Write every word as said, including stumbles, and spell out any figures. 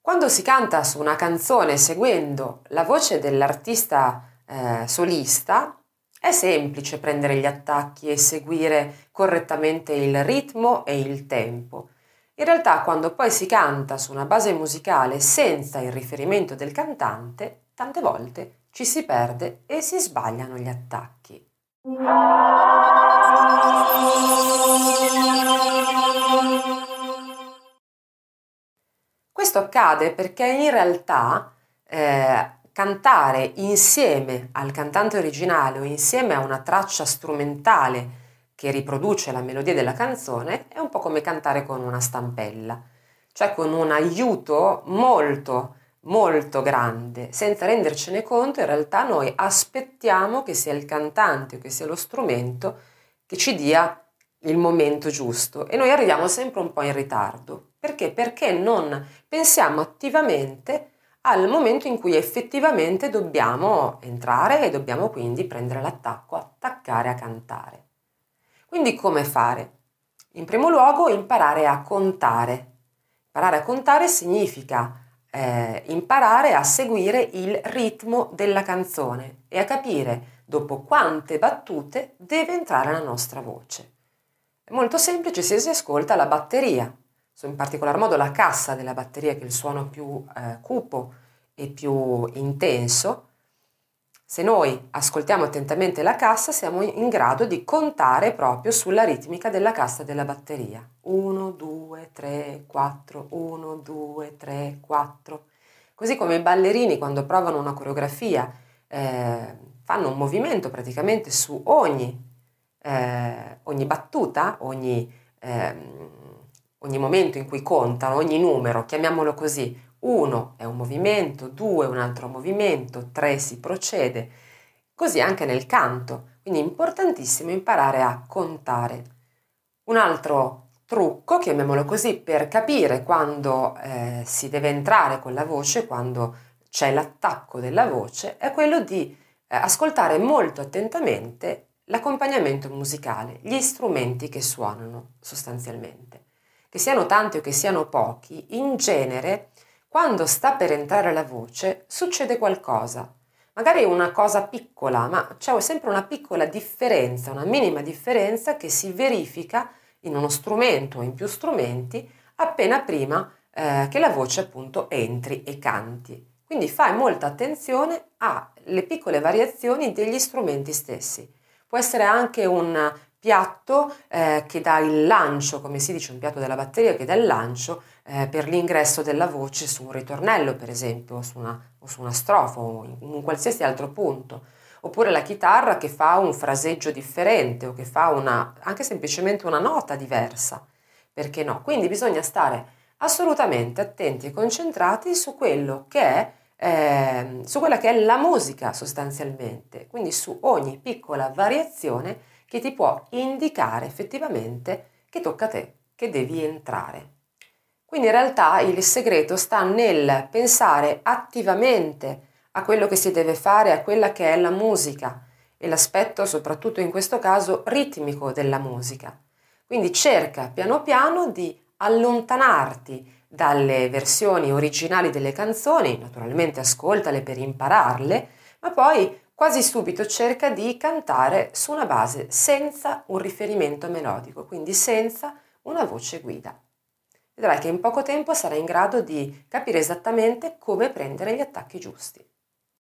Quando si canta su una canzone seguendo la voce dell'artista eh, solista, è semplice prendere gli attacchi e seguire correttamente il ritmo e il tempo. In realtà, quando poi si canta su una base musicale senza il riferimento del cantante, tante volte ci si perde e si sbagliano gli attacchi. Questo accade perché in realtà eh, cantare insieme al cantante originale o insieme a una traccia strumentale che riproduce la melodia della canzone è un po' come cantare con una stampella, cioè con un aiuto molto molto grande. Senza rendercene conto, in realtà noi aspettiamo che sia il cantante o che sia lo strumento che ci dia il momento giusto e noi arriviamo sempre un po' in ritardo. Perché? Perché non pensiamo attivamente al momento in cui effettivamente dobbiamo entrare e dobbiamo quindi prendere l'attacco, attaccare a cantare. Quindi come fare? In primo luogo imparare a contare. Imparare a contare significa eh, imparare a seguire il ritmo della canzone e a capire dopo quante battute deve entrare la nostra voce. È molto semplice se si ascolta la batteria, in particolar modo la cassa della batteria, che è il suono più eh, cupo e più intenso. Se noi ascoltiamo attentamente la cassa siamo in grado di contare proprio sulla ritmica della cassa della batteria. uno, due, tre, quattro, uno, due, tre, quattro. Così come i ballerini quando provano una coreografia eh, fanno un movimento praticamente su ogni, eh, ogni battuta, ogni, eh, ogni momento in cui contano, ogni numero, chiamiamolo così. uno è un movimento, due un altro movimento, tre si procede, così anche nel canto, quindi è importantissimo imparare a contare. Un altro trucco, chiamiamolo così, per capire quando eh, si deve entrare con la voce, quando c'è l'attacco della voce, è quello di eh, ascoltare molto attentamente l'accompagnamento musicale, gli strumenti che suonano sostanzialmente. Che siano tanti o che siano pochi, in genere quando sta per entrare la voce succede qualcosa, magari una cosa piccola, ma c'è sempre una piccola differenza, una minima differenza che si verifica in uno strumento o in più strumenti appena prima eh, che la voce appunto entri e canti. Quindi fai molta attenzione alle piccole variazioni degli strumenti stessi. Può essere anche un piatto eh, che dà il lancio, come si dice, un piatto della batteria che dà il lancio eh, per l'ingresso della voce su un ritornello, per esempio, o su una, o su una strofa o in un qualsiasi altro punto. Oppure la chitarra che fa un fraseggio differente o che fa una, anche semplicemente una nota diversa. Perché no? Quindi bisogna stare assolutamente attenti e concentrati su quello che è eh, su quella che è la musica sostanzialmente, quindi su ogni piccola variazione che ti può indicare effettivamente che tocca a te, che devi entrare. Quindi in realtà il segreto sta nel pensare attivamente a quello che si deve fare, a quella che è la musica e l'aspetto soprattutto in questo caso ritmico della musica. Quindi cerca piano piano di allontanarti dalle versioni originali delle canzoni, naturalmente ascoltale per impararle, ma poi quasi subito cerca di cantare su una base senza un riferimento melodico, quindi senza una voce guida. Vedrai che in poco tempo sarai in grado di capire esattamente come prendere gli attacchi giusti.